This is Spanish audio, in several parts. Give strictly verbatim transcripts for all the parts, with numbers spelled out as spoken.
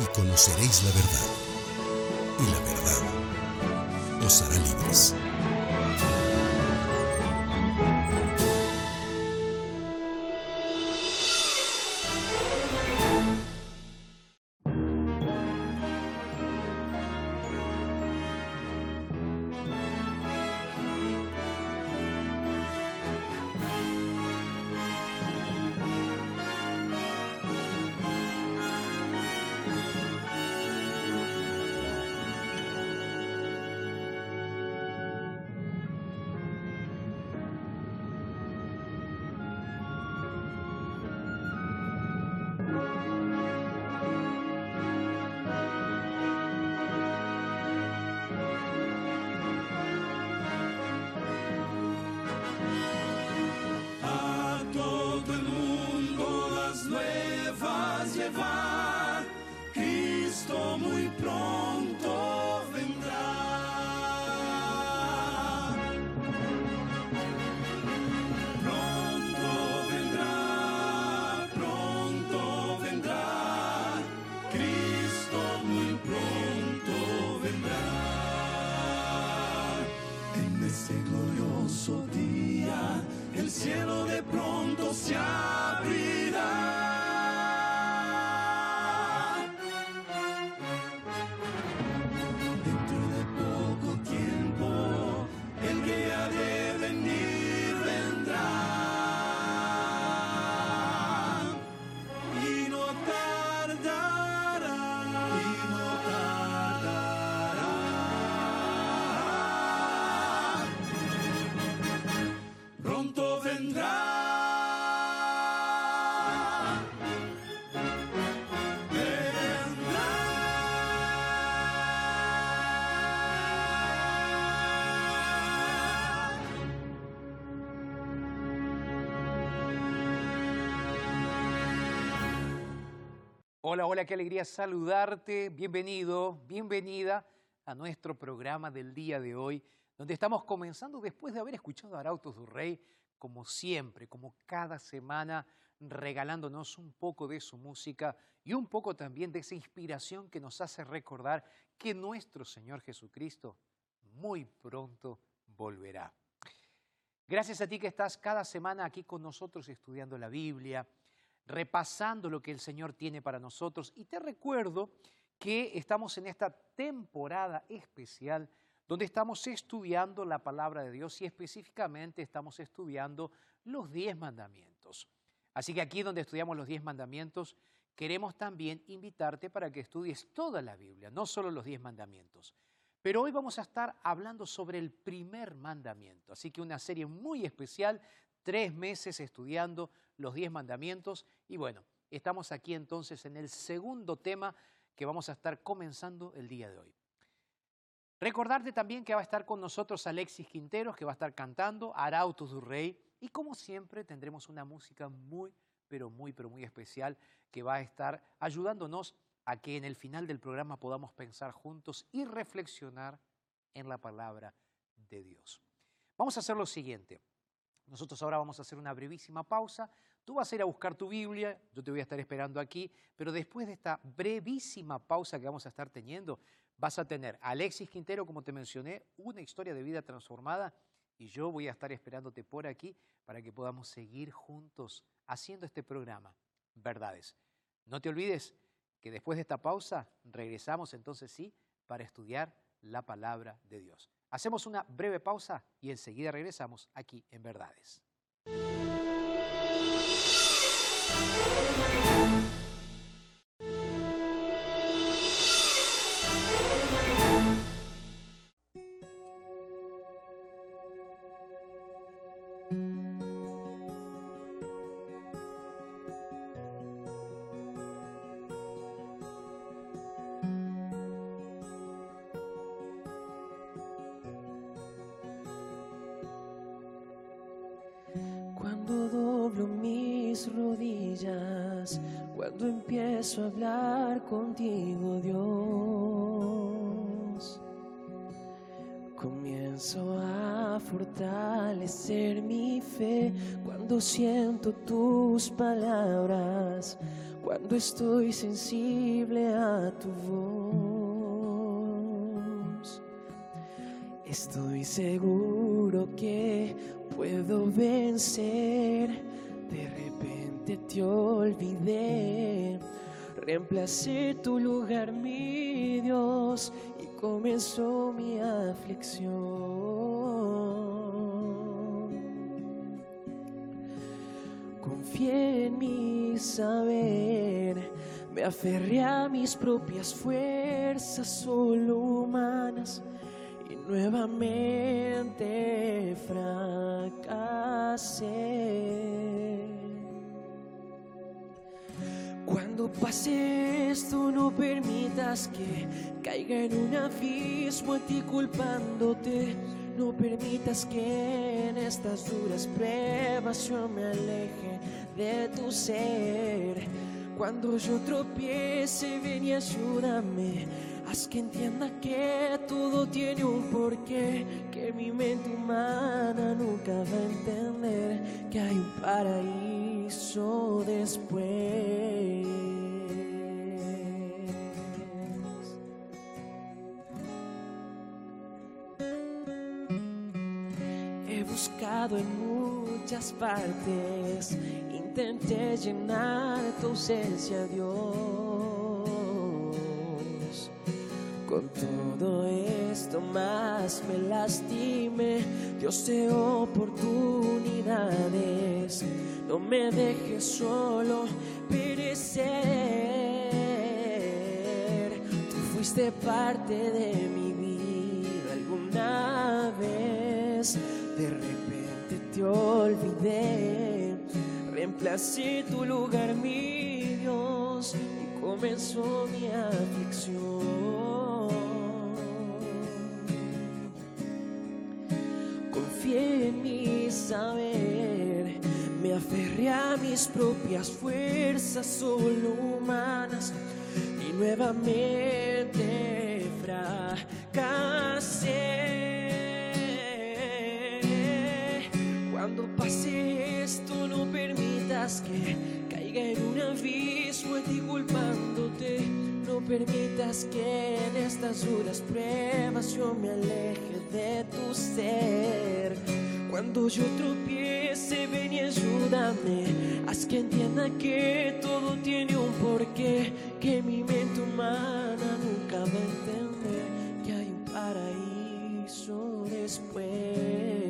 conoceréis la verdad, y la verdad os hará libres. Hola, hola, qué alegría saludarte. Bienvenido, bienvenida a nuestro programa del día de hoy, donde estamos comenzando después de haber escuchado a Arautos do Rei, como siempre, como cada semana, regalándonos un poco de su música y un poco también de esa inspiración que nos hace recordar que nuestro Señor Jesucristo muy pronto volverá. Gracias a ti que estás cada semana aquí con nosotros estudiando la Biblia, repasando lo que el Señor tiene para nosotros. Y te recuerdo que estamos en esta temporada especial donde estamos estudiando la palabra de Dios y específicamente estamos estudiando los diez mandamientos. Así que aquí donde estudiamos los diez mandamientos, queremos también invitarte para que estudies toda la Biblia, no solo los diez mandamientos. Pero hoy vamos a estar hablando sobre el primer mandamiento. Así que una serie muy especial, tres meses estudiando los diez mandamientos. Y bueno, estamos aquí entonces en el segundo tema que vamos a estar comenzando el día de hoy. Recordarte también que va a estar con nosotros Alexis Quinteros, que va a estar cantando Arautos do Rei. Y como siempre tendremos una música muy, pero muy, pero muy especial que va a estar ayudándonos a que en el final del programa podamos pensar juntos y reflexionar en la palabra de Dios. Vamos a hacer lo siguiente. Nosotros ahora vamos a hacer una brevísima pausa. Tú vas a ir a buscar tu Biblia, yo te voy a estar esperando aquí, pero después de esta brevísima pausa que vamos a estar teniendo, vas a tener a Alexis Quintero, como te mencioné, una historia de vida transformada, y yo voy a estar esperándote por aquí para que podamos seguir juntos haciendo este programa, Verdades. No te olvides que después de esta pausa regresamos entonces sí para estudiar la palabra de Dios. Hacemos una breve pausa y enseguida regresamos aquí en Verdades. Cuando doblo mis rodillas, cuando empiezo a hablar contigo, Dios, comienzo a fortalecer mi fe cuando siento tus palabras, cuando estoy sensible a tu voz. Estoy seguro que puedo vencer. De repente te olvidé, reemplacé tu lugar, mi Dios, y comenzó mi aflicción. Confié en mi saber, me aferré a mis propias fuerzas solo humanas y nuevamente fracasé. Cuando pase esto, no permitas que caiga en un abismo a ti culpándote. No permitas que en estas duras pruebas yo me aleje de tu ser. Cuando yo tropiece, ven y ayúdame. Haz que entienda que todo tiene un porqué, que mi mente humana nunca va a entender que hay un paraíso después. He buscado en muchas partes, intenté llenar tu ausencia, Dios. Con todo esto más me lastimé. Dios de oportunidades, no me dejes solo perecer. Tú fuiste parte de mi vida alguna vez. De repente te olvidé, reemplacé tu lugar, mi Dios, y comenzó mi aflicción. Confié en mi saber, me aferré a mis propias fuerzas solo humanas y nuevamente fracasé. Cuando pase esto, no permitas que caiga en un abismo a ti culpándote. No permitas que en estas duras pruebas yo me aleje de tu ser. Cuando yo tropiece, ven y ayúdame. Haz que entienda que todo tiene un porqué, que mi mente humana nunca va a entender que hay un paraíso después.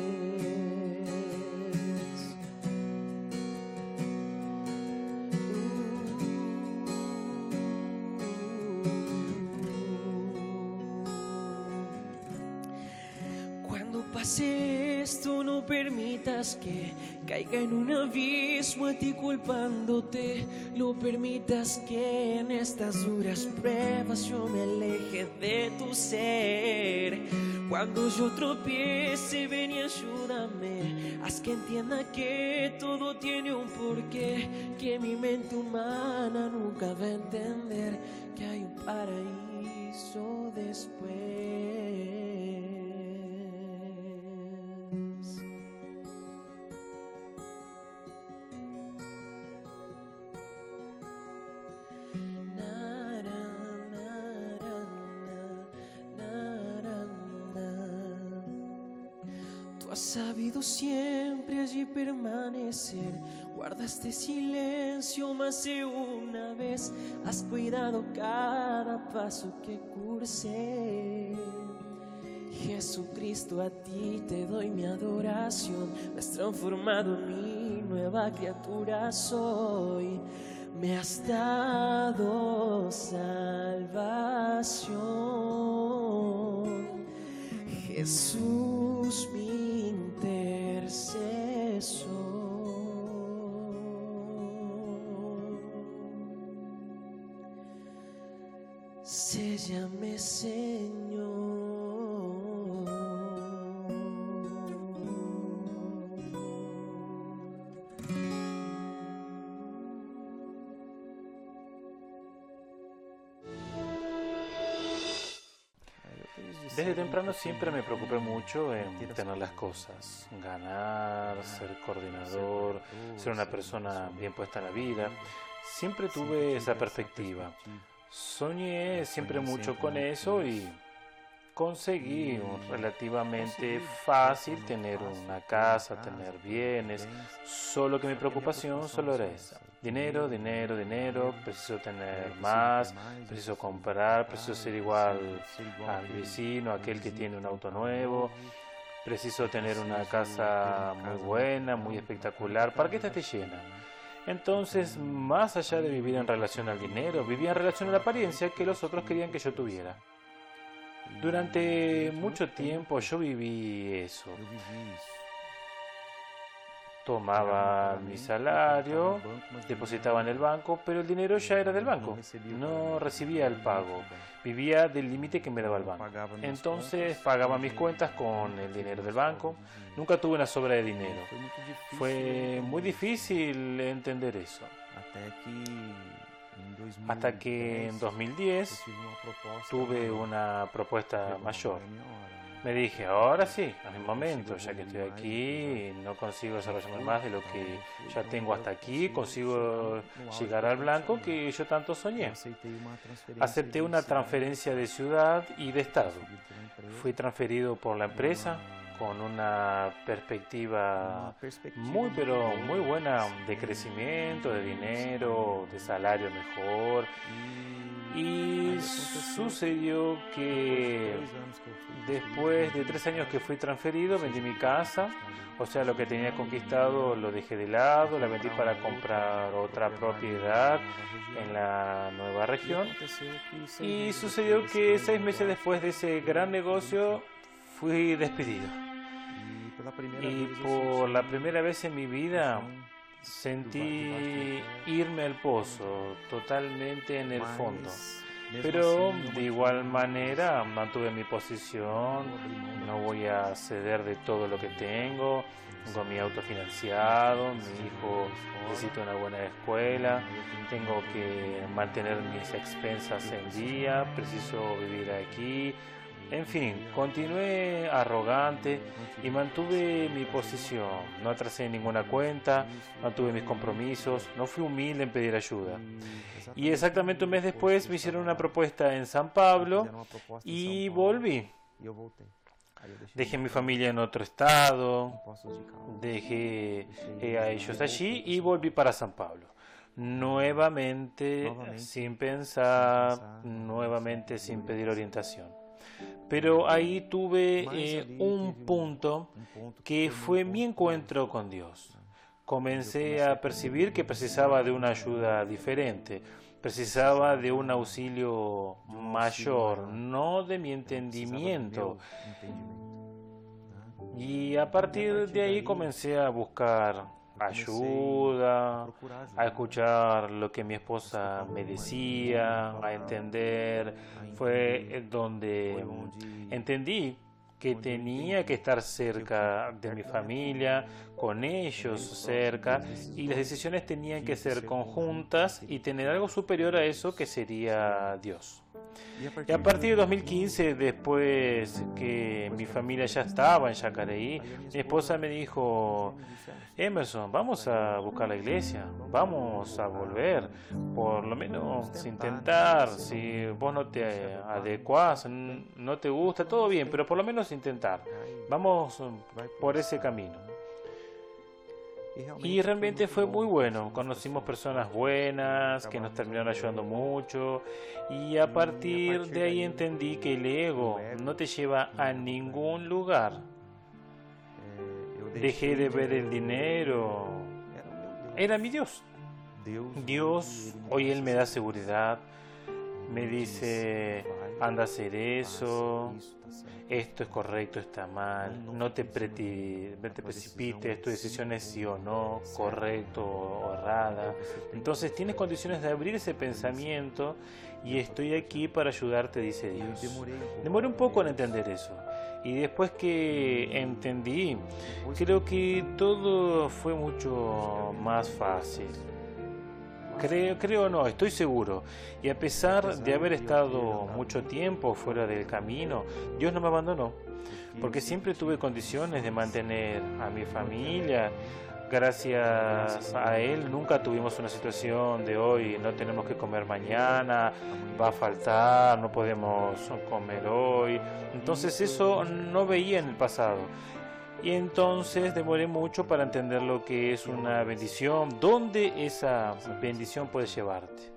Pase esto, no permitas que caiga en un abismo a ti culpándote. No permitas que en estas duras pruebas yo me aleje de tu ser. Cuando yo tropiece, ven y ayúdame. Haz que entienda que todo tiene un porqué, que mi mente humana nunca va a entender que hay un paraíso después. Has sabido siempre allí permanecer, guardaste silencio más de una vez, has cuidado cada paso que cursé. Jesucristo, a ti te doy mi adoración, me has transformado en mi nueva criatura soy. Me has dado salvación, Jesús mi intercesor. Séllame, Señor. Desde temprano siempre me preocupé mucho en tener las cosas, ganar, ser coordinador, ser una persona bien puesta en la vida. Siempre tuve esa perspectiva. Soñé siempre mucho con eso y conseguí relativamente fácil tener una casa, tener bienes, solo que mi preocupación solo era esa. Dinero, dinero, dinero, preciso tener más, preciso comprar, preciso ser igual al vecino, aquel que tiene un auto nuevo, preciso tener una casa muy buena, muy espectacular, para que esta esté llena. Entonces, más allá de vivir en relación al dinero, vivía en relación a la apariencia que los otros querían que yo tuviera. Durante mucho tiempo yo viví eso. Tomaba mi salario, depositaba en el banco, pero el dinero ya era del banco. No recibía el pago. Vivía del límite que me daba el banco. Entonces pagaba mis cuentas con el dinero del banco. Nunca tuve una sobra de dinero. Fue muy difícil entender eso. Hasta que en dos mil diez tuve una propuesta mayor. Me dije, ahora sí, es mi momento, ya que estoy aquí, no consigo desarrollarme más de lo que ya tengo hasta aquí, consigo llegar al blanco que yo tanto soñé. Acepté una transferencia de ciudad y de estado. Fui transferido por la empresa con una perspectiva muy pero muy buena de crecimiento, de dinero, de salario mejor. Y sucedió que después de tres años que fui transferido, vendí mi casa, o sea, lo que tenía conquistado lo dejé de lado, la vendí para comprar otra propiedad en la nueva región. Y sucedió que seis meses después de ese gran negocio, fui despedido. Y por la primera vez en mi vida sentí irme al pozo, totalmente en el fondo. Pero de igual manera mantuve mi posición, no voy a ceder de todo lo que tengo, tengo mi auto financiado, mi hijo necesita una buena escuela, tengo que mantener mis expensas en día, preciso vivir aquí. En fin, continué arrogante y mantuve mi posición. No atrasé ninguna cuenta, mantuve mis compromisos, no fui humilde en pedir ayuda. Y exactamente un mes después me hicieron una propuesta en San Pablo y volví. Dejé mi familia en otro estado, dejé a ellos allí y volví para San Pablo. Nuevamente sin pensar, nuevamente sin pedir orientación. Pero ahí tuve eh, un punto que fue mi encuentro con Dios. Comencé a percibir que precisaba de una ayuda diferente, precisaba de un auxilio mayor, no de mi entendimiento. Y a partir de ahí comencé a buscar ayuda, a escuchar lo que mi esposa me decía, a entender. Fue donde entendí que tenía que estar cerca de mi familia, con ellos cerca, y las decisiones tenían que ser conjuntas y tener algo superior a eso que sería Dios. Y a partir de dos mil quince, después que mi familia ya estaba en Yacareí, mi esposa me dijo, Emerson, vamos a buscar la iglesia, vamos a volver, por lo menos intentar, si vos no te adecuás, no te gusta, todo bien, pero por lo menos intentar, vamos por ese camino. Y realmente fue muy bueno, conocimos personas buenas que nos terminaron ayudando mucho y a partir de ahí entendí que el ego no te lleva a ningún lugar. Dejé de ver el dinero, era mi Dios. Dios, hoy Él me da seguridad, me dice, anda a hacer eso, esto es correcto, está mal, no te, preti, no te precipites, tu decisión es sí o no, correcto o errada. Entonces tienes condiciones de abrir ese pensamiento y estoy aquí para ayudarte, dice Dios. Demoré un poco en entender eso. Y después que entendí, creo que todo fue mucho más fácil. Creo, creo no, estoy seguro. Y a pesar de haber estado mucho tiempo fuera del camino, Dios no me abandonó, porque siempre tuve condiciones de mantener a mi familia. Gracias a Él nunca tuvimos una situación de hoy, no tenemos que comer mañana, va a faltar, no podemos comer hoy. Entonces eso no veía en el pasado. Y entonces demoré mucho para entender lo que es una bendición, dónde esa bendición puede llevarte.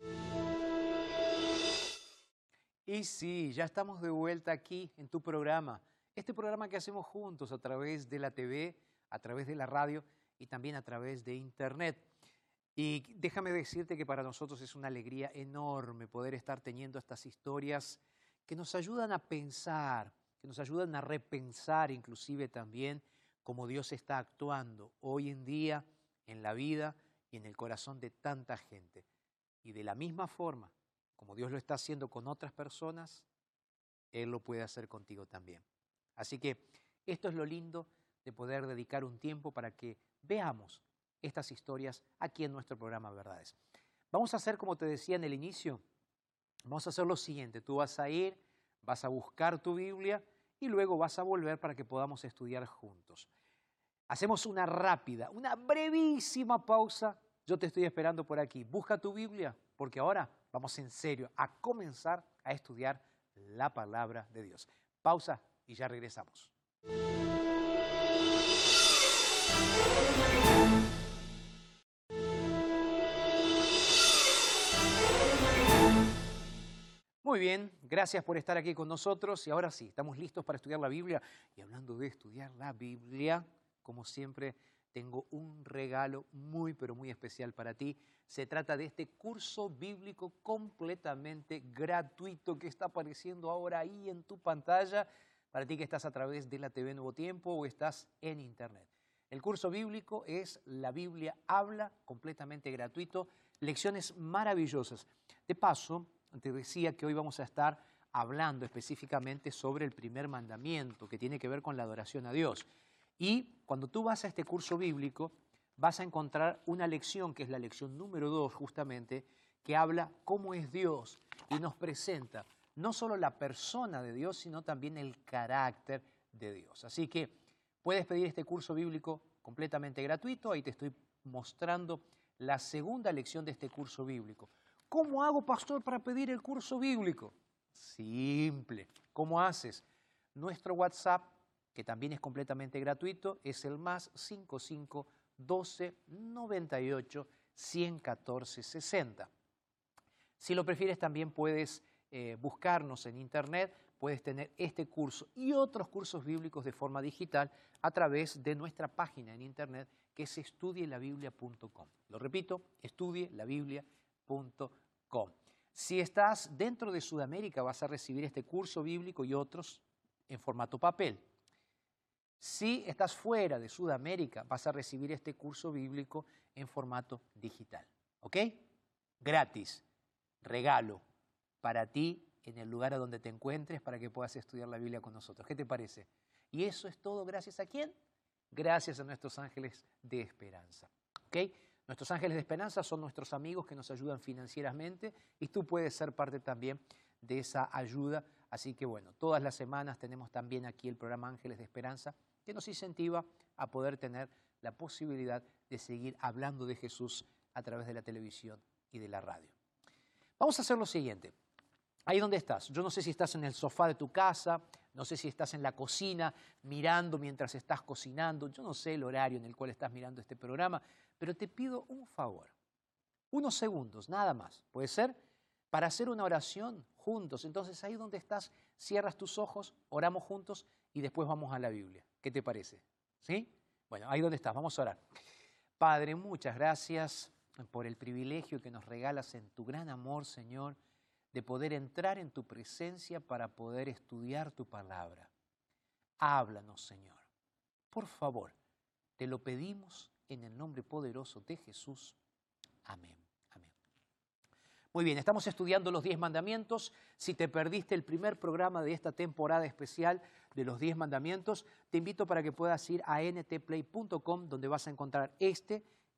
Y sí, ya estamos de vuelta aquí en tu programa. Este programa que hacemos juntos a través de la T V, a través de la radio y también a través de Internet. Y déjame decirte que para nosotros es una alegría enorme poder estar teniendo estas historias que nos ayudan a pensar, que nos ayudan a repensar inclusive también cómo Dios está actuando hoy en día en la vida y en el corazón de tanta gente. Y de la misma forma como Dios lo está haciendo con otras personas, Él lo puede hacer contigo también. Así que esto es lo lindo de poder dedicar un tiempo para que veamos estas historias aquí en nuestro programa Verdades. Vamos a hacer, como te decía en el inicio, vamos a hacer lo siguiente. Tú vas a ir, vas a buscar tu Biblia y luego vas a volver para que podamos estudiar juntos. Hacemos una rápida, una brevísima pausa. Yo te estoy esperando por aquí. Busca tu Biblia, porque ahora vamos en serio a comenzar a estudiar la palabra de Dios. Pausa y ya regresamos. Muy bien, gracias por estar aquí con nosotros y ahora sí, estamos listos para estudiar la Biblia. Y hablando de estudiar la Biblia, como siempre, tengo un regalo muy, pero muy especial para ti. Se trata de este curso bíblico completamente gratuito que está apareciendo ahora ahí en tu pantalla, para ti que estás a través de la T V Nuevo Tiempo o estás en Internet. El curso bíblico es La Biblia Habla, completamente gratuito, lecciones maravillosas. De paso, te decía que hoy vamos a estar hablando específicamente sobre el primer mandamiento, que tiene que ver con la adoración a Dios. Y cuando tú vas a este curso bíblico, vas a encontrar una lección, que es la lección número dos, justamente, que habla cómo es Dios y nos presenta no solo la persona de Dios, sino también el carácter de Dios. Así que puedes pedir este curso bíblico completamente gratuito. Ahí te estoy mostrando la segunda lección de este curso bíblico. ¿Cómo hago, pastor, para pedir el curso bíblico? Simple. ¿Cómo haces? Nuestro WhatsApp, que también es completamente gratuito, es el más cinco cinco doce noventa y ocho ciento catorce sesenta. Si lo prefieres, también puedes eh, buscarnos en Internet, puedes tener este curso y otros cursos bíblicos de forma digital a través de nuestra página en Internet, que es estudie la biblia punto com. Lo repito, estudie la biblia punto com. Si estás dentro de Sudamérica, vas a recibir este curso bíblico y otros en formato papel. Si estás fuera de Sudamérica, vas a recibir este curso bíblico en formato digital. ¿Ok? Gratis. Regalo para ti en el lugar a donde te encuentres para que puedas estudiar la Biblia con nosotros. ¿Qué te parece? Y eso es todo gracias a ¿quién? Gracias a nuestros ángeles de esperanza. ¿Ok? Nuestros ángeles de esperanza son nuestros amigos que nos ayudan financieramente y tú puedes ser parte también de esa ayuda. Así que bueno, todas las semanas tenemos también aquí el programa Ángeles de Esperanza, que nos incentiva a poder tener la posibilidad de seguir hablando de Jesús a través de la televisión y de la radio. Vamos a hacer lo siguiente. Ahí donde estás, yo no sé si estás en el sofá de tu casa, no sé si estás en la cocina mirando mientras estás cocinando, yo no sé el horario en el cual estás mirando este programa, pero te pido un favor, unos segundos, nada más, puede ser, para hacer una oración juntos. Entonces ahí donde estás, cierras tus ojos, oramos juntos y después vamos a la Biblia. ¿Qué te parece? ¿Sí? Bueno, ahí donde estás, vamos a orar. Padre, muchas gracias por el privilegio que nos regalas en tu gran amor, Señor, de poder entrar en tu presencia para poder estudiar tu palabra. Háblanos, Señor. Por favor, te lo pedimos en el nombre poderoso de Jesús. Amén. Amén. Muy bien, estamos estudiando los diez mandamientos. Si te perdiste el primer programa de esta temporada especial de los diez mandamientos, te invito para que puedas ir a n t play punto com, donde vas a encontrar este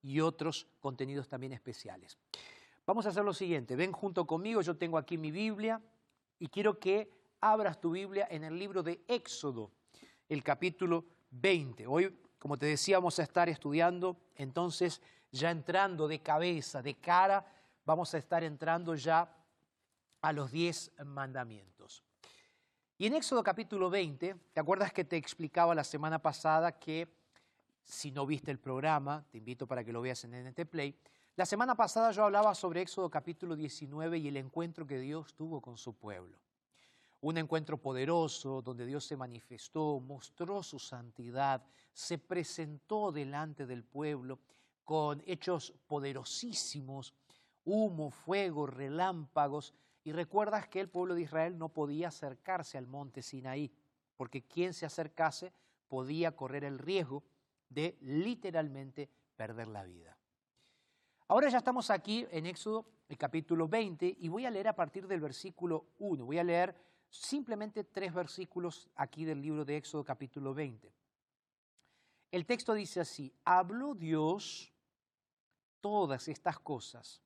y otros contenidos también especiales. Vamos a hacer lo siguiente, ven junto conmigo, yo tengo aquí mi Biblia y quiero que abras tu Biblia en el libro de Éxodo, el capítulo veinte. Hoy, como te decía, vamos a estar estudiando, entonces ya entrando de cabeza, de cara, vamos a estar entrando ya a los diez mandamientos. Y en Éxodo capítulo veinte, ¿te acuerdas que te explicaba la semana pasada que, si no viste el programa, te invito para que lo veas en N T Play, la semana pasada yo hablaba sobre Éxodo capítulo diecinueve y el encuentro que Dios tuvo con su pueblo. Un encuentro poderoso donde Dios se manifestó, mostró su santidad, se presentó delante del pueblo con hechos poderosísimos, humo, fuego, relámpagos. Y recuerdas que el pueblo de Israel no podía acercarse al monte Sinaí, porque quien se acercase podía correr el riesgo de literalmente perder la vida. Ahora ya estamos aquí en Éxodo, el capítulo veinte, y voy a leer a partir del versículo uno. Voy a leer simplemente tres versículos aquí del libro de Éxodo, capítulo veinte. El texto dice así: habló Dios todas estas cosas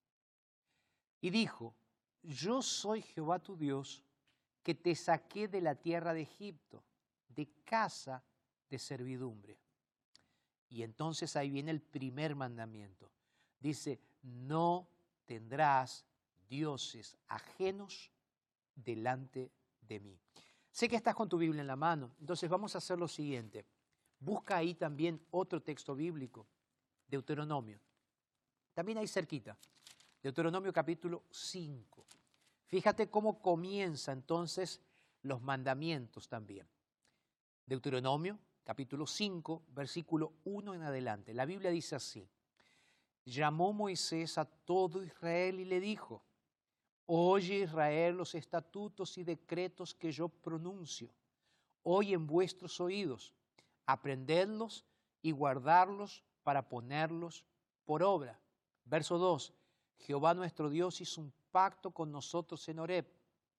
y dijo: yo soy Jehová tu Dios, que te saqué de la tierra de Egipto, de casa de servidumbre. Y entonces ahí viene el primer mandamiento. Dice: no tendrás dioses ajenos delante de mí. Sé que estás con tu Biblia en la mano, entonces vamos a hacer lo siguiente. Busca ahí también otro texto bíblico, Deuteronomio. También ahí cerquita, Deuteronomio capítulo cinco. Fíjate cómo comienza entonces los mandamientos también. Deuteronomio capítulo cinco, versículo uno en adelante. La Biblia dice así: llamó Moisés a todo Israel y le dijo: oye Israel los estatutos y decretos que yo pronuncio. Oye en vuestros oídos, aprendedlos y guardarlos para ponerlos por obra. Verso dos. Jehová nuestro Dios hizo un pacto con nosotros en Horeb.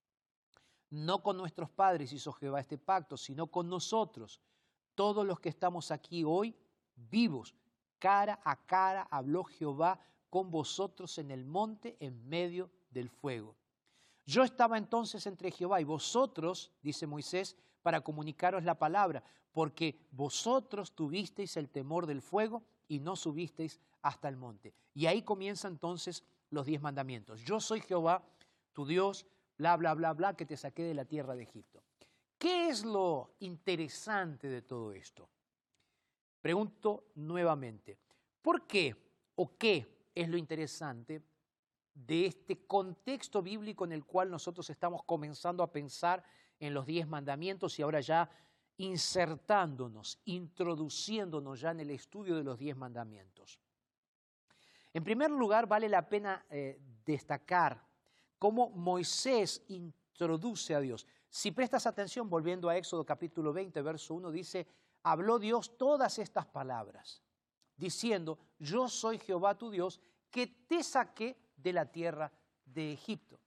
No con nuestros padres hizo Jehová este pacto, sino con nosotros. Todos los que estamos aquí hoy, vivos, cara a cara, habló Jehová con vosotros en el monte en medio del fuego. Yo estaba entonces entre Jehová y vosotros, dice Moisés, para comunicaros la palabra, porque vosotros tuvisteis el temor del fuego y no subisteis hasta el monte. Y ahí comienzan entonces los diez mandamientos. Yo soy Jehová, tu Dios, bla, bla, bla, bla, que te saqué de la tierra de Egipto. ¿Qué es lo interesante de todo esto? Pregunto nuevamente, ¿por qué o qué es lo interesante de este contexto bíblico en el cual nosotros estamos comenzando a pensar en los diez mandamientos y ahora ya insertándonos, introduciéndonos ya en el estudio de los diez mandamientos? En primer lugar, vale la pena eh, destacar cómo Moisés introduce a Dios. Si prestas atención, volviendo a Éxodo capítulo veinte, verso uno, dice: habló Dios todas estas palabras, diciendo: yo soy Jehová tu Dios, que te saqué de la tierra de Egipto.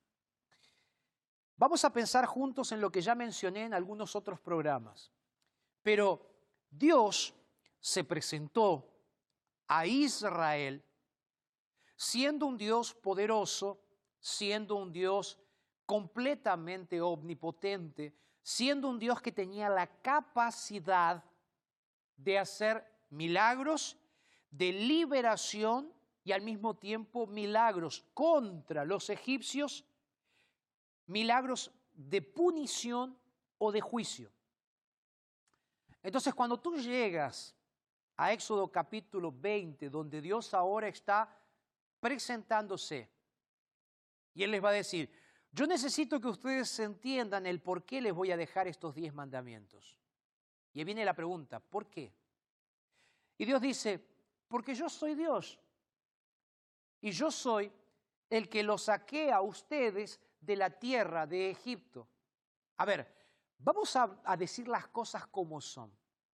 Vamos a pensar juntos en lo que ya mencioné en algunos otros programas. Pero Dios se presentó a Israel siendo un Dios poderoso, siendo un Dios completamente omnipotente, siendo un Dios que tenía la capacidad de hacer milagros, de liberación y al mismo tiempo milagros contra los egipcios, milagros de punición o de juicio. Entonces, cuando tú llegas a Éxodo capítulo veinte, donde Dios ahora está presentándose, y Él les va a decir: yo necesito que ustedes entiendan el por qué les voy a dejar estos diez mandamientos. Y ahí viene la pregunta: ¿por qué? Y Dios dice: porque yo soy Dios. Y yo soy el que los saqué a ustedes de la tierra de Egipto. A ver, vamos a, a decir las cosas como son.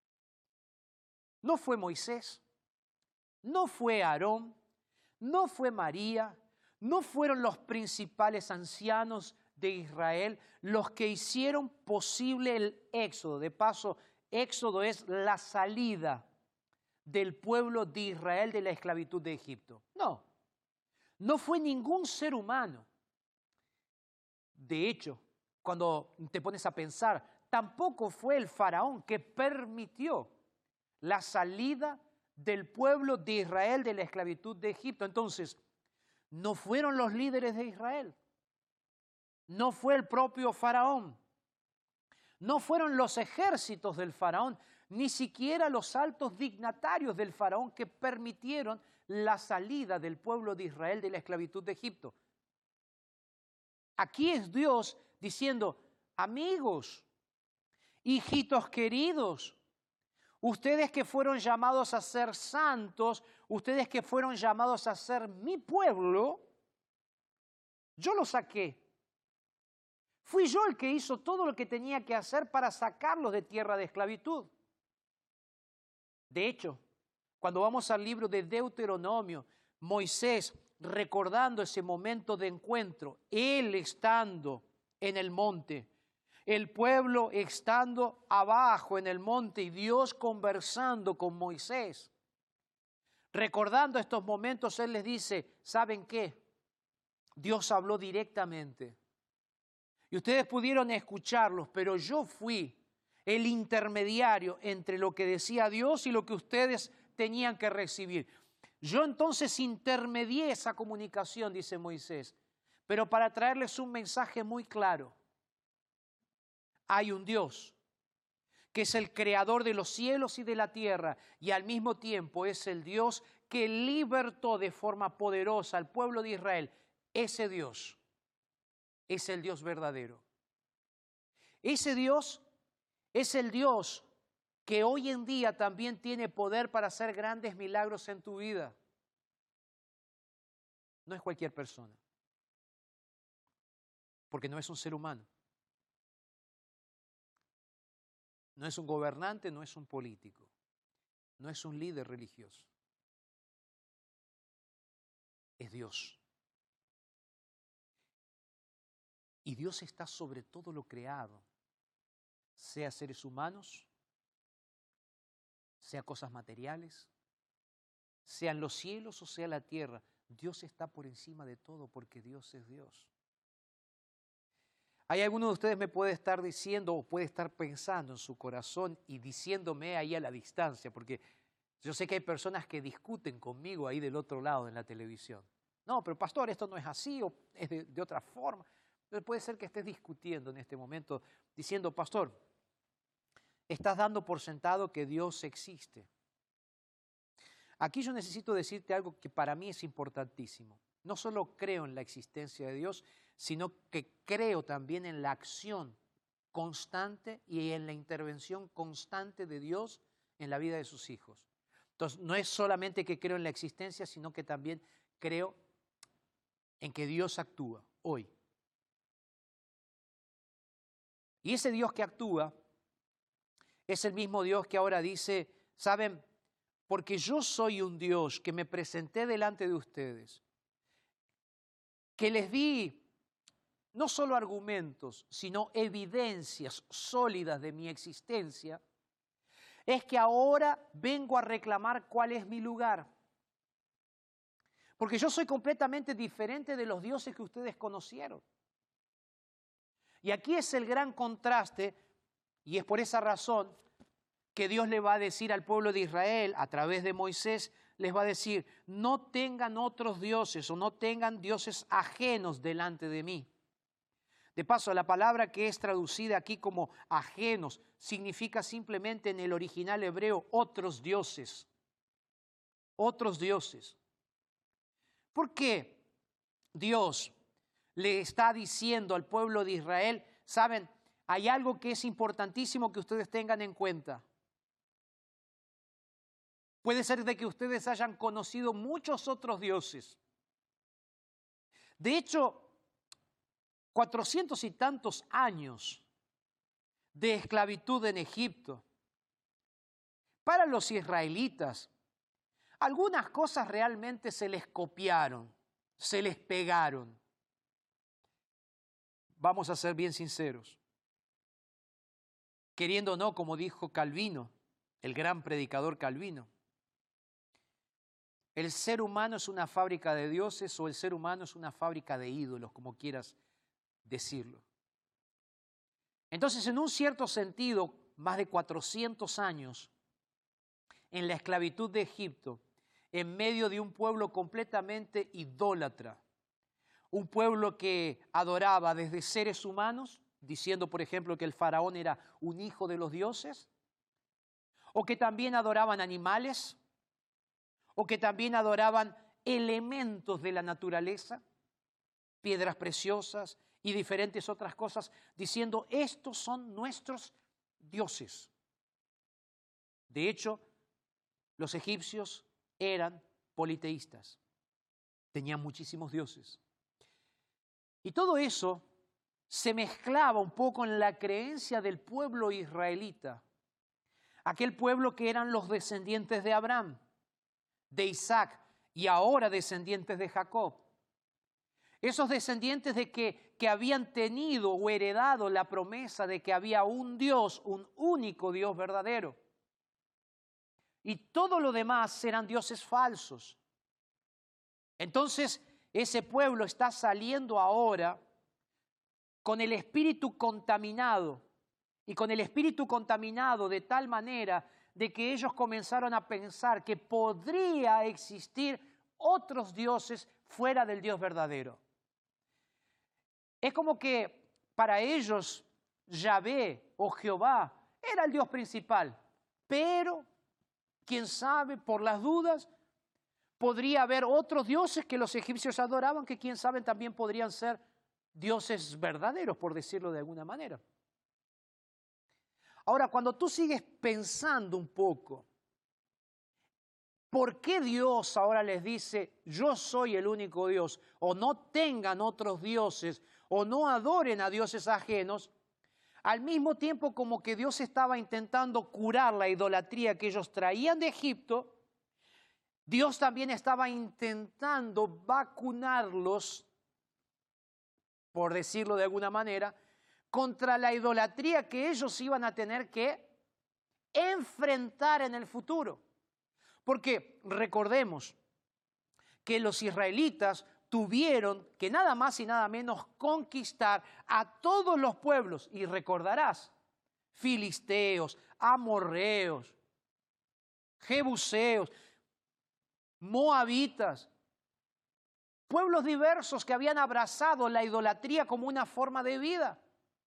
No fue Moisés, no fue Aarón, no fue María, no fueron los principales ancianos de Israel los que hicieron posible el éxodo. De paso, éxodo es la salida del pueblo de Israel de la esclavitud de Egipto. No, no fue ningún ser humano. De hecho, cuando te pones a pensar, tampoco fue el faraón que permitió la salida del pueblo de Israel de la esclavitud de Egipto. Entonces, no fueron los líderes de Israel, no fue el propio faraón, no fueron los ejércitos del faraón, ni siquiera los altos dignatarios del faraón que permitieron la salida del pueblo de Israel de la esclavitud de Egipto. Aquí es Dios diciendo, amigos, hijitos queridos, ustedes que fueron llamados a ser santos, ustedes que fueron llamados a ser mi pueblo, yo los saqué. Fui yo el que hizo todo lo que tenía que hacer para sacarlos de tierra de esclavitud. De hecho, cuando vamos al libro de Deuteronomio, Moisés recordando ese momento de encuentro, él estando en el monte, el pueblo estando abajo en el monte y Dios conversando con Moisés. Recordando estos momentos, él les dice, ¿saben qué? Dios habló directamente. Y ustedes pudieron escucharlos, pero yo fui el intermediario entre lo que decía Dios y lo que ustedes tenían que recibir. Yo entonces intermedié esa comunicación, dice Moisés, pero para traerles un mensaje muy claro. Hay un Dios que es el creador de los cielos y de la tierra y al mismo tiempo es el Dios que libertó de forma poderosa al pueblo de Israel. Ese Dios es el Dios verdadero. Ese Dios es el Dios que hoy en día también tiene poder para hacer grandes milagros en tu vida. No es cualquier persona, porque no es un ser humano. No es un gobernante, no es un político, no es un líder religioso. Es Dios. Y Dios está sobre todo lo creado, sea seres humanos, sea cosas materiales, sean los cielos o sea la tierra. Dios está por encima de todo porque Dios es Dios. Hay alguno de ustedes me puede estar diciendo o puede estar pensando en su corazón y diciéndome ahí a la distancia, porque yo sé que hay personas que discuten conmigo ahí del otro lado en la televisión. No, pero pastor, esto no es así o es de, de otra forma. Entonces puede ser que estés discutiendo en este momento diciendo, pastor, estás dando por sentado que Dios existe. Aquí yo necesito decirte algo que para mí es importantísimo. No solo creo en la existencia de Dios, sino que creo también en la acción constante y en la intervención constante de Dios en la vida de sus hijos. Entonces, no es solamente que creo en la existencia, sino que también creo en que Dios actúa hoy. Y ese Dios que actúa es el mismo Dios que ahora dice, ¿saben? Porque yo soy un Dios que me presenté delante de ustedes, que les di no solo argumentos, sino evidencias sólidas de mi existencia, es que ahora vengo a reclamar cuál es mi lugar. Porque yo soy completamente diferente de los dioses que ustedes conocieron. Y aquí es el gran contraste, y es por esa razón que Dios le va a decir al pueblo de Israel, a través de Moisés, les va a decir, no tengan otros dioses o no tengan dioses ajenos delante de mí. De paso, la palabra que es traducida aquí como ajenos significa simplemente en el original hebreo otros dioses. Otros dioses. ¿Por qué Dios le está diciendo al pueblo de Israel, saben, hay algo que es importantísimo que ustedes tengan en cuenta? Puede ser de que ustedes hayan conocido muchos otros dioses. De hecho, cuatrocientos y tantos años de esclavitud en Egipto. Para los israelitas, algunas cosas realmente se les copiaron, se les pegaron. Vamos a ser bien sinceros. Queriendo o no, como dijo Calvino, el gran predicador Calvino, el ser humano es una fábrica de dioses o el ser humano es una fábrica de ídolos, como quieras decirlo. Entonces, en un cierto sentido, más de cuatrocientos años en la esclavitud de Egipto, en medio de un pueblo completamente idólatra, un pueblo que adoraba desde seres humanos, diciendo, por ejemplo, que el faraón era un hijo de los dioses, o que también adoraban animales, o que también adoraban elementos de la naturaleza, piedras preciosas y diferentes otras cosas, diciendo, estos son nuestros dioses. De hecho, los egipcios eran politeístas, tenían muchísimos dioses. Y todo eso se mezclaba un poco en la creencia del pueblo israelita, aquel pueblo que eran los descendientes de Abraham, de Isaac y ahora descendientes de Jacob. Esos descendientes de que, que habían tenido o heredado la promesa de que había un Dios, un único Dios verdadero. Y todo lo demás eran dioses falsos. Entonces, ese pueblo está saliendo ahora con el espíritu contaminado, y con el espíritu contaminado de tal manera de que ellos comenzaron a pensar que podría existir otros dioses fuera del Dios verdadero. Es como que para ellos Yahvé o Jehová era el Dios principal, pero quién sabe, por las dudas, podría haber otros dioses que los egipcios adoraban, que quién sabe también podrían ser dioses verdaderos, por decirlo de alguna manera. Ahora, cuando tú sigues pensando un poco, ¿por qué Dios ahora les dice, yo soy el único Dios, o no tengan otros dioses, o no adoren a dioses ajenos? Al mismo tiempo como que Dios estaba intentando curar la idolatría que ellos traían de Egipto, Dios también estaba intentando vacunarlos, por decirlo de alguna manera, contra la idolatría que ellos iban a tener que enfrentar en el futuro. Porque recordemos que los israelitas tuvieron que nada más y nada menos conquistar a todos los pueblos. Y recordarás, filisteos, amorreos, jebuseos, moabitas, pueblos diversos que habían abrazado la idolatría como una forma de vida.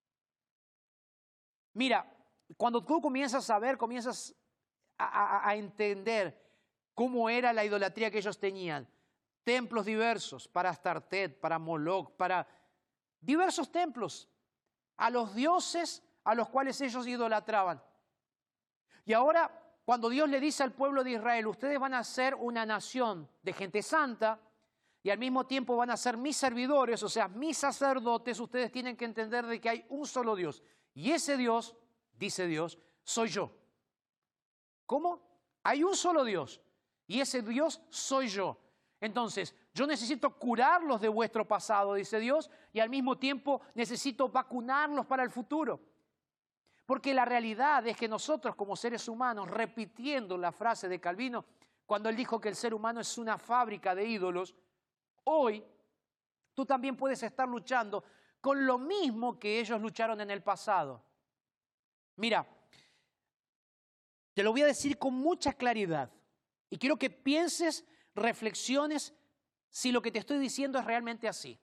Mira, cuando tú comienzas a ver, comienzas a, a, a entender cómo era la idolatría que ellos tenían. Templos diversos para Astartet, para Moloch, para diversos templos, a los dioses a los cuales ellos idolatraban. Y ahora, cuando Dios le dice al pueblo de Israel, ustedes van a ser una nación de gente santa y al mismo tiempo van a ser mis servidores, o sea, mis sacerdotes, ustedes tienen que entender de que hay un solo Dios. Y ese Dios, dice Dios, soy yo. ¿Cómo? Hay un solo Dios y ese Dios soy yo. Entonces, yo necesito curarlos de vuestro pasado, dice Dios, y al mismo tiempo necesito vacunarlos para el futuro. Porque la realidad es que nosotros como seres humanos, repitiendo la frase de Calvino, cuando él dijo que el ser humano es una fábrica de ídolos, hoy tú también puedes estar luchando con lo mismo que ellos lucharon en el pasado. Mira, te lo voy a decir con mucha claridad y quiero que pienses, reflexiones si lo que te estoy diciendo es realmente así.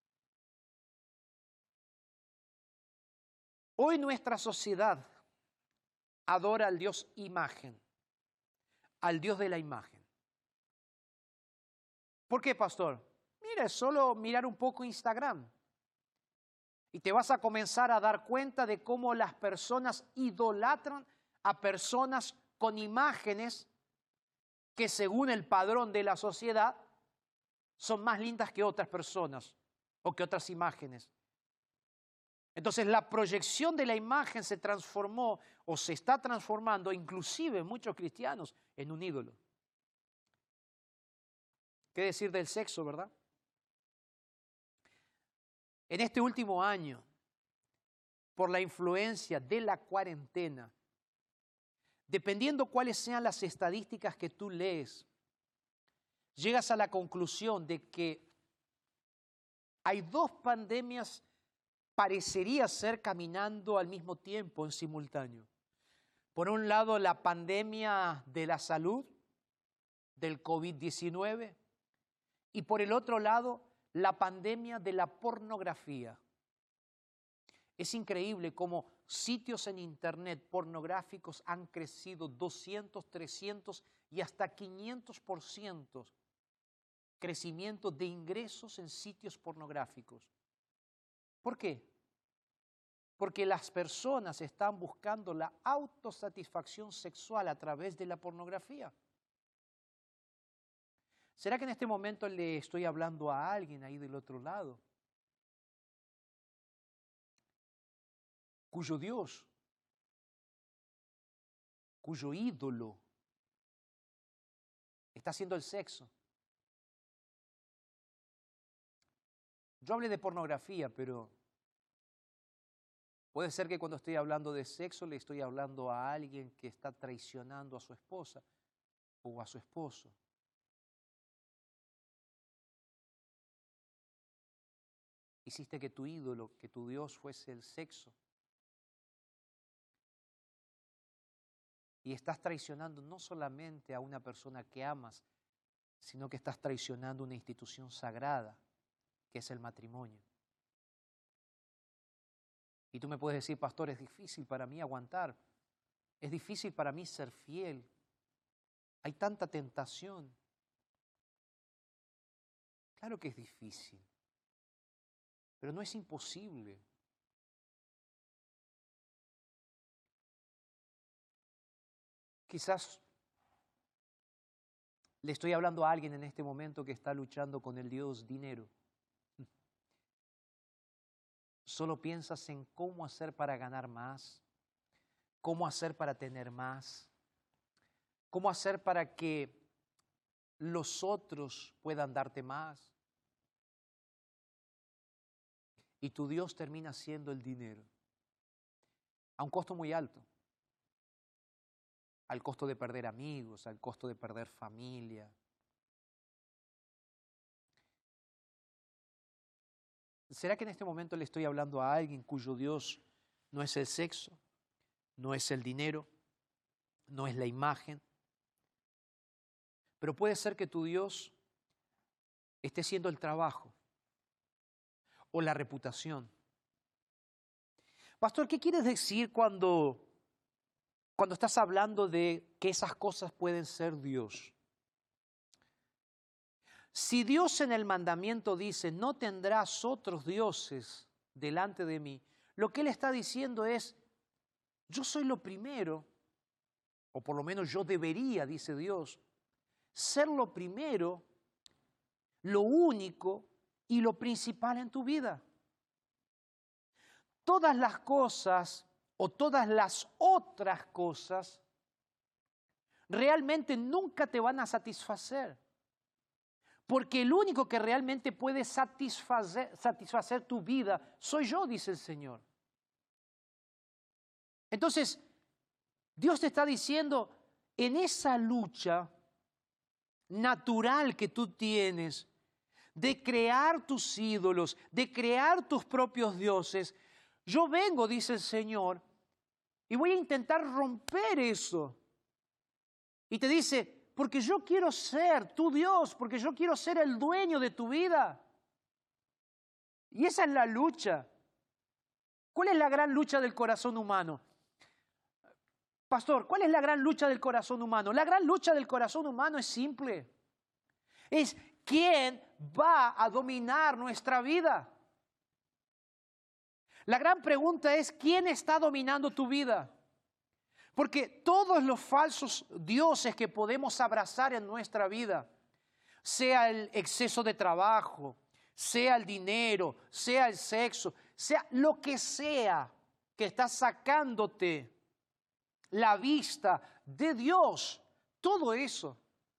Hoy nuestra sociedad adora al Dios imagen, al Dios de la imagen. ¿Por qué, pastor? Mira, es solo mirar un poco Instagram. Y te vas a comenzar a dar cuenta de cómo las personas idolatran a personas con imágenes que según el padrón de la sociedad son más lindas que otras personas o que otras imágenes. Entonces la proyección de la imagen se transformó o se está transformando, inclusive muchos cristianos, en un ídolo. ¿Qué decir del sexo, verdad? En este último año, por la influencia de la cuarentena, dependiendo cuáles sean las estadísticas que tú lees, llegas a la conclusión de que hay dos pandemias, parecería ser caminando al mismo tiempo, en simultáneo. Por un lado, la pandemia de la salud, del COVID diecinueve, y por el otro lado, la pandemia de la pornografía. Es increíble cómo sitios en internet pornográficos han crecido doscientos, trescientos y hasta quinientos por ciento crecimiento de ingresos en sitios pornográficos. ¿Por qué? Porque las personas están buscando la autosatisfacción sexual a través de la pornografía. ¿Será que en este momento le estoy hablando a alguien ahí del otro lado, cuyo Dios, cuyo ídolo está haciendo el sexo? Yo hablé de pornografía, pero puede ser que cuando estoy hablando de sexo le estoy hablando a alguien que está traicionando a su esposa o a su esposo. Hiciste que tu ídolo, que tu Dios fuese el sexo. Y estás traicionando no solamente a una persona que amas, sino que estás traicionando una institución sagrada, que es el matrimonio. Y tú me puedes decir, pastor, es difícil para mí aguantar, es difícil para mí ser fiel, hay tanta tentación. Claro que es difícil, pero no es imposible. Quizás le estoy hablando a alguien en este momento que está luchando con el Dios dinero. Solo piensas en cómo hacer para ganar más, cómo hacer para tener más, cómo hacer para que los otros puedan darte más. Y tu Dios termina siendo el dinero, a un costo muy alto, al costo de perder amigos, al costo de perder familia. ¿Será que en este momento le estoy hablando a alguien cuyo Dios no es el sexo, no es el dinero, no es la imagen? Pero puede ser que tu Dios esté siendo el trabajo o la reputación. Pastor, ¿qué quieres decir cuando, cuando estás hablando de que esas cosas pueden ser Dios? Si Dios en el mandamiento dice, no tendrás otros dioses delante de mí, lo que Él está diciendo es, yo soy lo primero, o por lo menos yo debería, dice Dios, ser lo primero, lo único y lo principal en tu vida. Todas las cosas o todas las otras cosas realmente nunca te van a satisfacer. Porque el único que realmente puede satisfacer, satisfacer tu vida soy yo, dice el Señor. Entonces, Dios te está diciendo, en esa lucha natural que tú tienes de crear tus ídolos, de crear tus propios dioses, yo vengo, dice el Señor, y voy a intentar romper eso. Y te dice, porque yo quiero ser tu Dios, porque yo quiero ser el dueño de tu vida. Y esa es la lucha. ¿Cuál es la gran lucha del corazón humano? Pastor, ¿cuál es la gran lucha del corazón humano? La gran lucha del corazón humano es simple. Es quién va a dominar nuestra vida. La gran pregunta es, ¿quién está dominando tu vida? Porque todos los falsos dioses que podemos abrazar en nuestra vida, sea el exceso de trabajo, sea el dinero, sea el sexo, sea lo que sea que está sacándote la vista de Dios, todo eso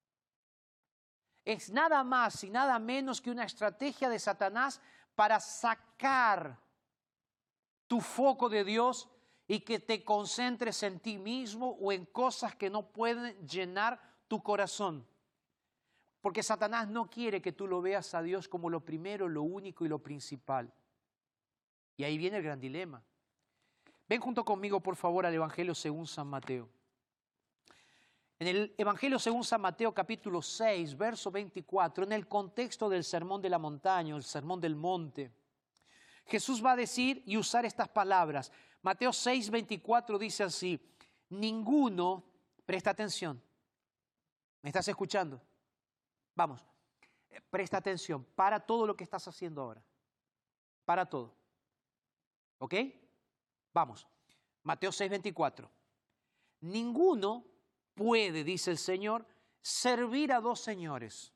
es nada más y nada menos que una estrategia de Satanás para sacar tu foco de Dios y que te concentres en ti mismo o en cosas que no pueden llenar tu corazón. Porque Satanás no quiere que tú lo veas a Dios como lo primero, lo único y lo principal. Y ahí viene el gran dilema. Ven junto conmigo, por favor, al Evangelio según San Mateo. En el Evangelio según San Mateo, capítulo seis, verso veinticuatro, en el contexto del Sermón de la Montaña, el Sermón del Monte, Jesús va a decir y usar estas palabras. Mateo seis, veinticuatro dice así: ninguno, presta atención, ¿me estás escuchando? Vamos, presta atención, para todo lo que estás haciendo ahora, para todo, ¿ok? Vamos, Mateo seis, veinticuatro. Ninguno puede, dice el Señor, servir a dos señores,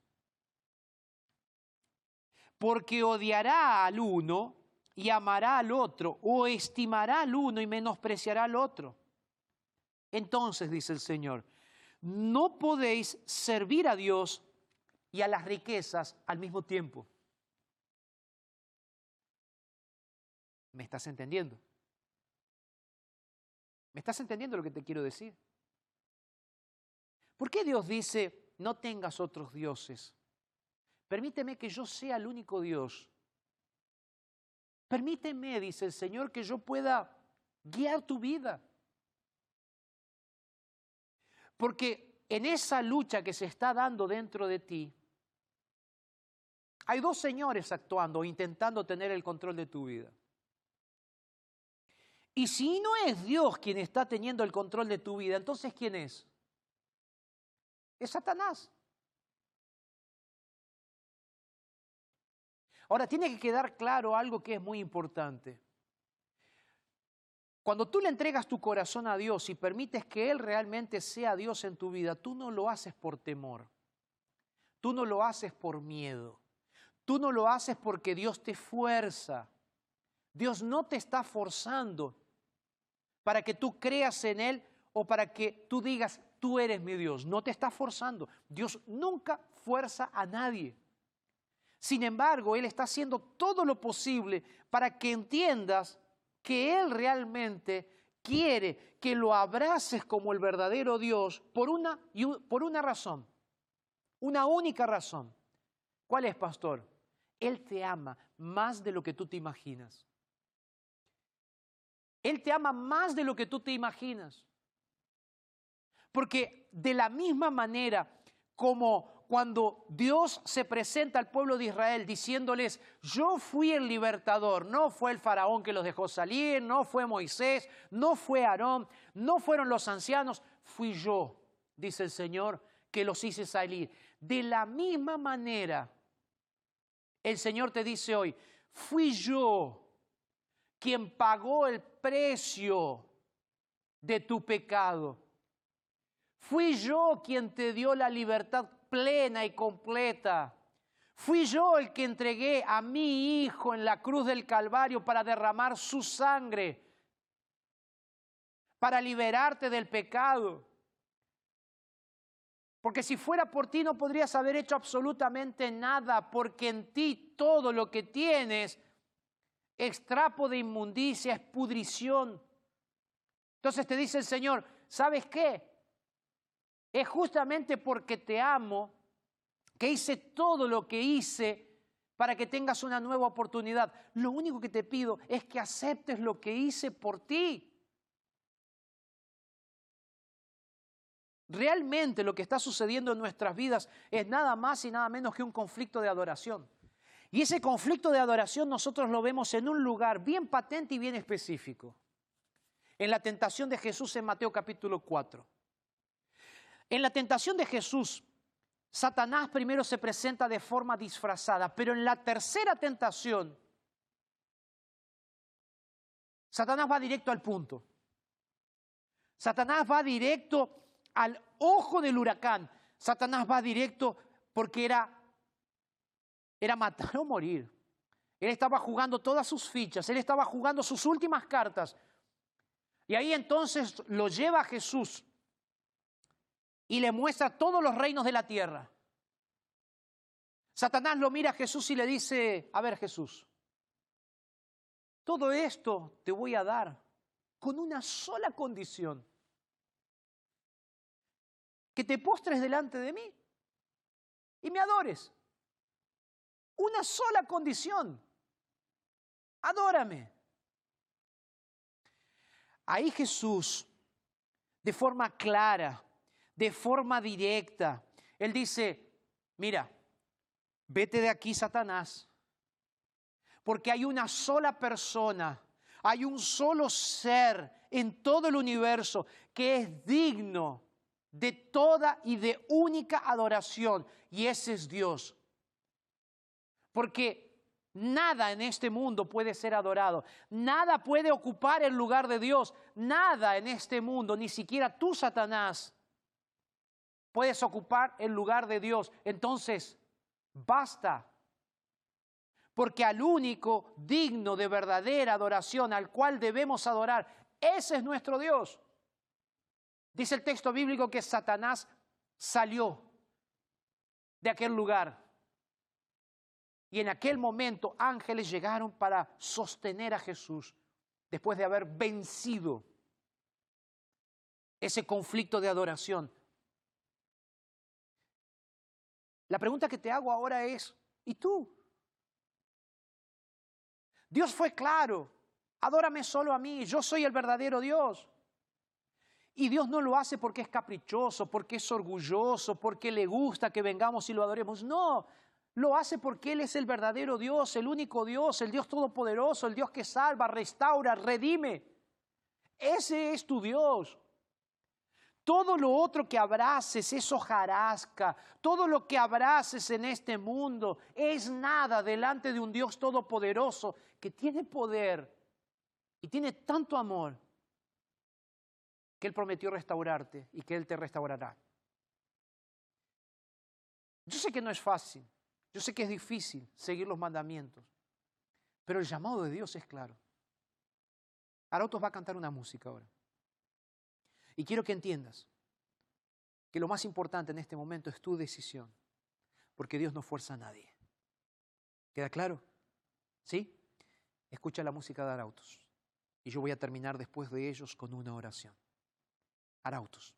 porque odiará al uno y amará al otro, o estimará al uno y menospreciará al otro. Entonces, dice el Señor, no podéis servir a Dios y a las riquezas al mismo tiempo. ¿Me estás entendiendo? ¿Me estás entendiendo lo que te quiero decir? ¿Por qué Dios dice, no tengas otros dioses? Permíteme que yo sea el único Dios. Permíteme, dice el Señor, que yo pueda guiar tu vida. Porque en esa lucha que se está dando dentro de ti, hay dos señores actuando o intentando tener el control de tu vida. Y si no es Dios quien está teniendo el control de tu vida, entonces ¿quién es? Es Satanás. Ahora, tiene que quedar claro algo que es muy importante. Cuando tú le entregas tu corazón a Dios y permites que Él realmente sea Dios en tu vida, tú no lo haces por temor. Tú no lo haces por miedo. Tú no lo haces porque Dios te fuerza. Dios no te está forzando para que tú creas en Él o para que tú digas, tú eres mi Dios. No te está forzando. Dios nunca fuerza a nadie. Sin embargo, Él está haciendo todo lo posible para que entiendas que Él realmente quiere que lo abraces como el verdadero Dios por una, por una razón, una única razón. ¿Cuál es, pastor? Él te ama más de lo que tú te imaginas. Él te ama más de lo que tú te imaginas. Porque de la misma manera como cuando Dios se presenta al pueblo de Israel diciéndoles, yo fui el libertador, no fue el faraón que los dejó salir, no fue Moisés, no fue Aarón, no fueron los ancianos, fui yo, dice el Señor, que los hice salir. De la misma manera, el Señor te dice hoy, fui yo quien pagó el precio de tu pecado. Fui yo quien te dio la libertad plena y completa. Fui yo el que entregué a mi Hijo en la cruz del Calvario para derramar su sangre, para liberarte del pecado. Porque si fuera por ti no podrías haber hecho absolutamente nada, porque en ti todo lo que tienes es trapo de inmundicia, es pudrición. Entonces te dice el Señor, ¿sabes qué? Es justamente porque te amo que hice todo lo que hice para que tengas una nueva oportunidad. Lo único que te pido es que aceptes lo que hice por ti. Realmente lo que está sucediendo en nuestras vidas es nada más y nada menos que un conflicto de adoración. Y ese conflicto de adoración nosotros lo vemos en un lugar bien patente y bien específico. En la tentación de Jesús en Mateo capítulo cuatro. En la tentación de Jesús, Satanás primero se presenta de forma disfrazada, pero en la tercera tentación, Satanás va directo al punto. Satanás va directo al ojo del huracán. Satanás va directo porque era, era matar o morir. Él estaba jugando todas sus fichas, él estaba jugando sus últimas cartas. Y ahí entonces lo lleva a Jesús y le muestra todos los reinos de la tierra. Satanás lo mira a Jesús y le dice, a ver Jesús, todo esto te voy a dar con una sola condición. Que te postres delante de mí y me adores. Una sola condición. Adórame. Ahí Jesús, de forma clara, de forma directa, Él dice, mira, vete de aquí, Satanás, porque hay una sola persona, hay un solo ser en todo el universo que es digno de toda y de única adoración, y ese es Dios. Porque nada en este mundo puede ser adorado, nada puede ocupar el lugar de Dios, nada en este mundo, ni siquiera tú, Satanás, puedes ocupar el lugar de Dios. Entonces, basta. Porque al único digno de verdadera adoración, al cual debemos adorar, ese es nuestro Dios. Dice el texto bíblico que Satanás salió de aquel lugar. Y en aquel momento ángeles llegaron para sostener a Jesús después de haber vencido ese conflicto de adoración. La pregunta que te hago ahora es, ¿y tú? Dios fue claro, adórame solo a mí, yo soy el verdadero Dios. Y Dios no lo hace porque es caprichoso, porque es orgulloso, porque le gusta que vengamos y lo adoremos. No, lo hace porque Él es el verdadero Dios, el único Dios, el Dios todopoderoso, el Dios que salva, restaura, redime. Ese es tu Dios. Todo lo otro que abraces es hojarasca, todo lo que abraces en este mundo es nada delante de un Dios todopoderoso que tiene poder y tiene tanto amor que Él prometió restaurarte y que Él te restaurará. Yo sé que no es fácil, yo sé que es difícil seguir los mandamientos, pero el llamado de Dios es claro. Arautos va a cantar una música ahora. Y quiero que entiendas que lo más importante en este momento es tu decisión, porque Dios no fuerza a nadie. ¿Queda claro? ¿Sí? Escucha la música de Arautos y yo voy a terminar después de ellos con una oración. Arautos.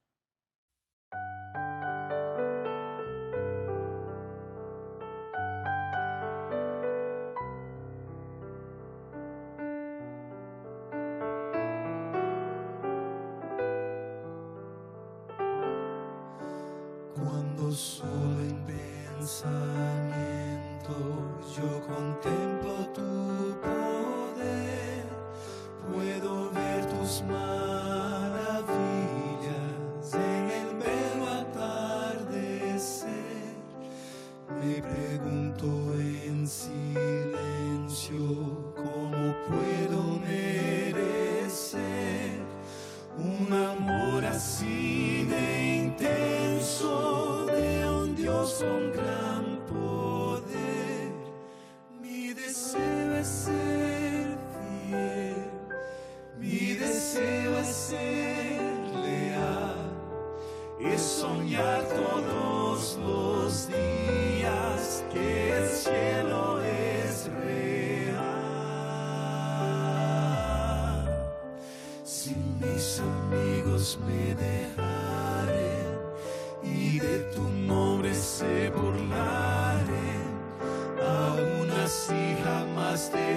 Cuando solo en pensamiento yo contemplo tu poder, puedo ver tus maravillas en el belo atardecer. Me pregunto en silencio cómo puedo merecer un amor así de intenso, de un Dios con gran poder. Mi deseo es ser fiel, mi deseo es ser leal, es soñar todos los días que el cielo es real. Si mis amigos me dejaren y de tu nombre se burlaren, aún así jamás te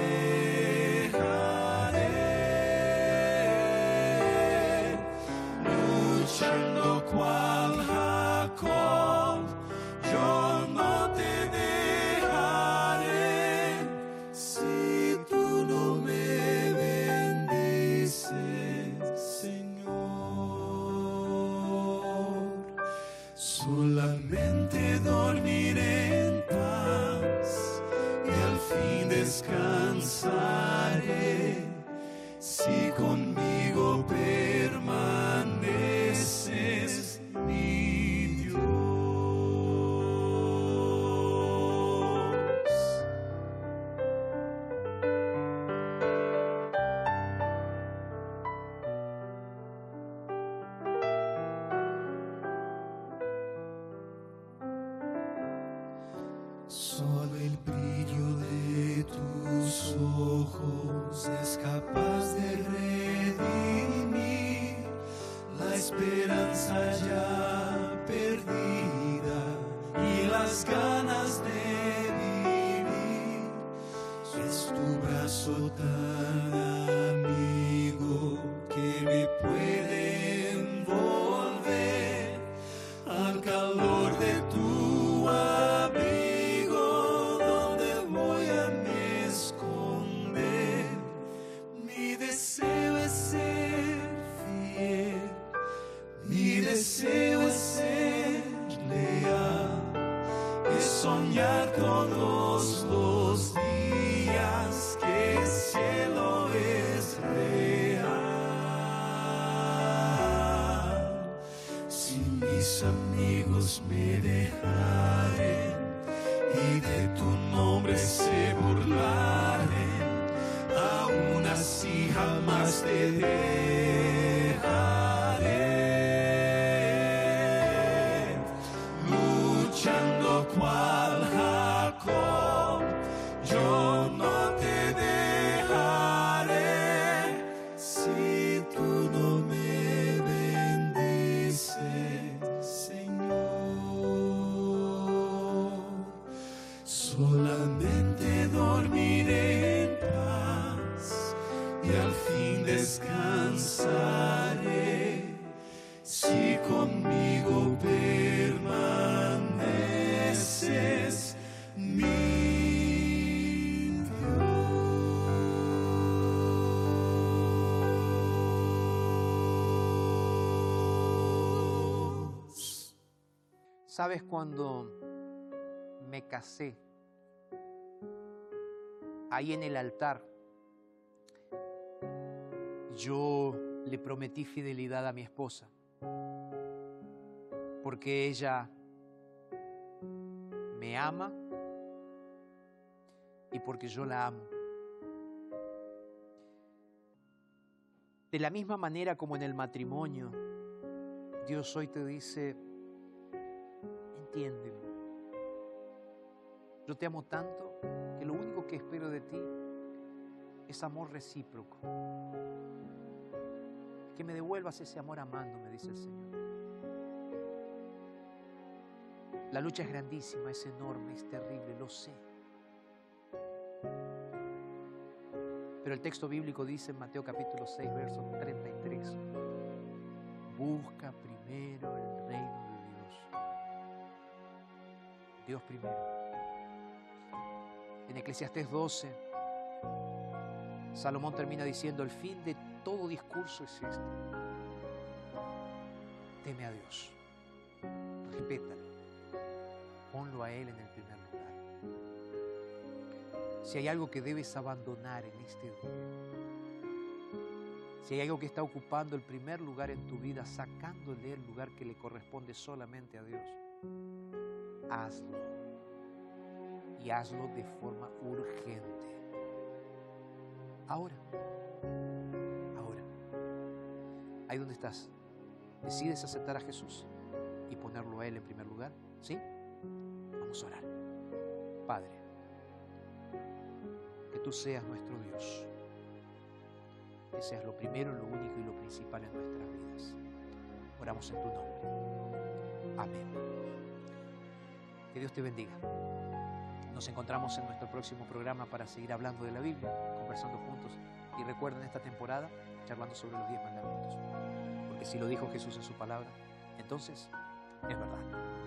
dejaré. Luchando cual Jacob, yo no te dejaré. Si tú no me bendices, Señor, solamente dormiré en paz y al fin descansaré si conmigo permaneces, mi Dios. Solo el brillo de tus ojos es capaz de redimir la esperanza ya perdida y la ganas de vivir. Es tu brazo tan amigo que me puede envolver al calor de tu abrigo, donde voy a me esconder. Mi deseo es ser fiel, mi deseo es ser leal, es soñar todos los días que el cielo es real. Si mis amigos me dejaren y de tu nombre se burlaren, aún así jamás te dejaré. Luchando cual Jacob, yo no te dejaré si tú no me bendices, Señor. Solamente dormiré en paz y al fin descansaré si conmigo permaneces, mi Dios. ¿Sabes cuando me casé? Ahí en el altar, yo le prometí fidelidad a mi esposa, porque ella me ama y porque yo la amo. De la misma manera como en el matrimonio, Dios hoy te dice, entiéndeme, yo te amo tanto que lo único que espero de ti es amor recíproco. Que me devuelvas ese amor amando, me dice el Señor. La lucha es grandísima, es enorme, es terrible, lo sé. Pero el texto bíblico dice en Mateo capítulo seis, verso treinta y tres, busca primero el reino de Dios. Dios primero. En Eclesiastés doce, Salomón termina diciendo, el fin de todo discurso es este: teme a Dios, respétalo, ponlo a Él en el primer lugar. Si hay algo que debes abandonar en este día, si hay algo que está ocupando el primer lugar en tu vida, sacándole el lugar que le corresponde solamente a Dios, hazlo. Y hazlo de forma urgente. Ahora. Ahora. Ahí donde estás. ¿Decides aceptar a Jesús y ponerlo a Él en primer lugar? ¿Sí? Vamos a orar. Padre, que tú seas nuestro Dios. Que seas lo primero, lo único y lo principal en nuestras vidas. Oramos en tu nombre. Amén. Que Dios te bendiga. Nos encontramos en nuestro próximo programa para seguir hablando de la Biblia, conversando juntos. Y recuerden esta temporada, charlando sobre los diez mandamientos. Porque si lo dijo Jesús en su palabra, entonces es verdad.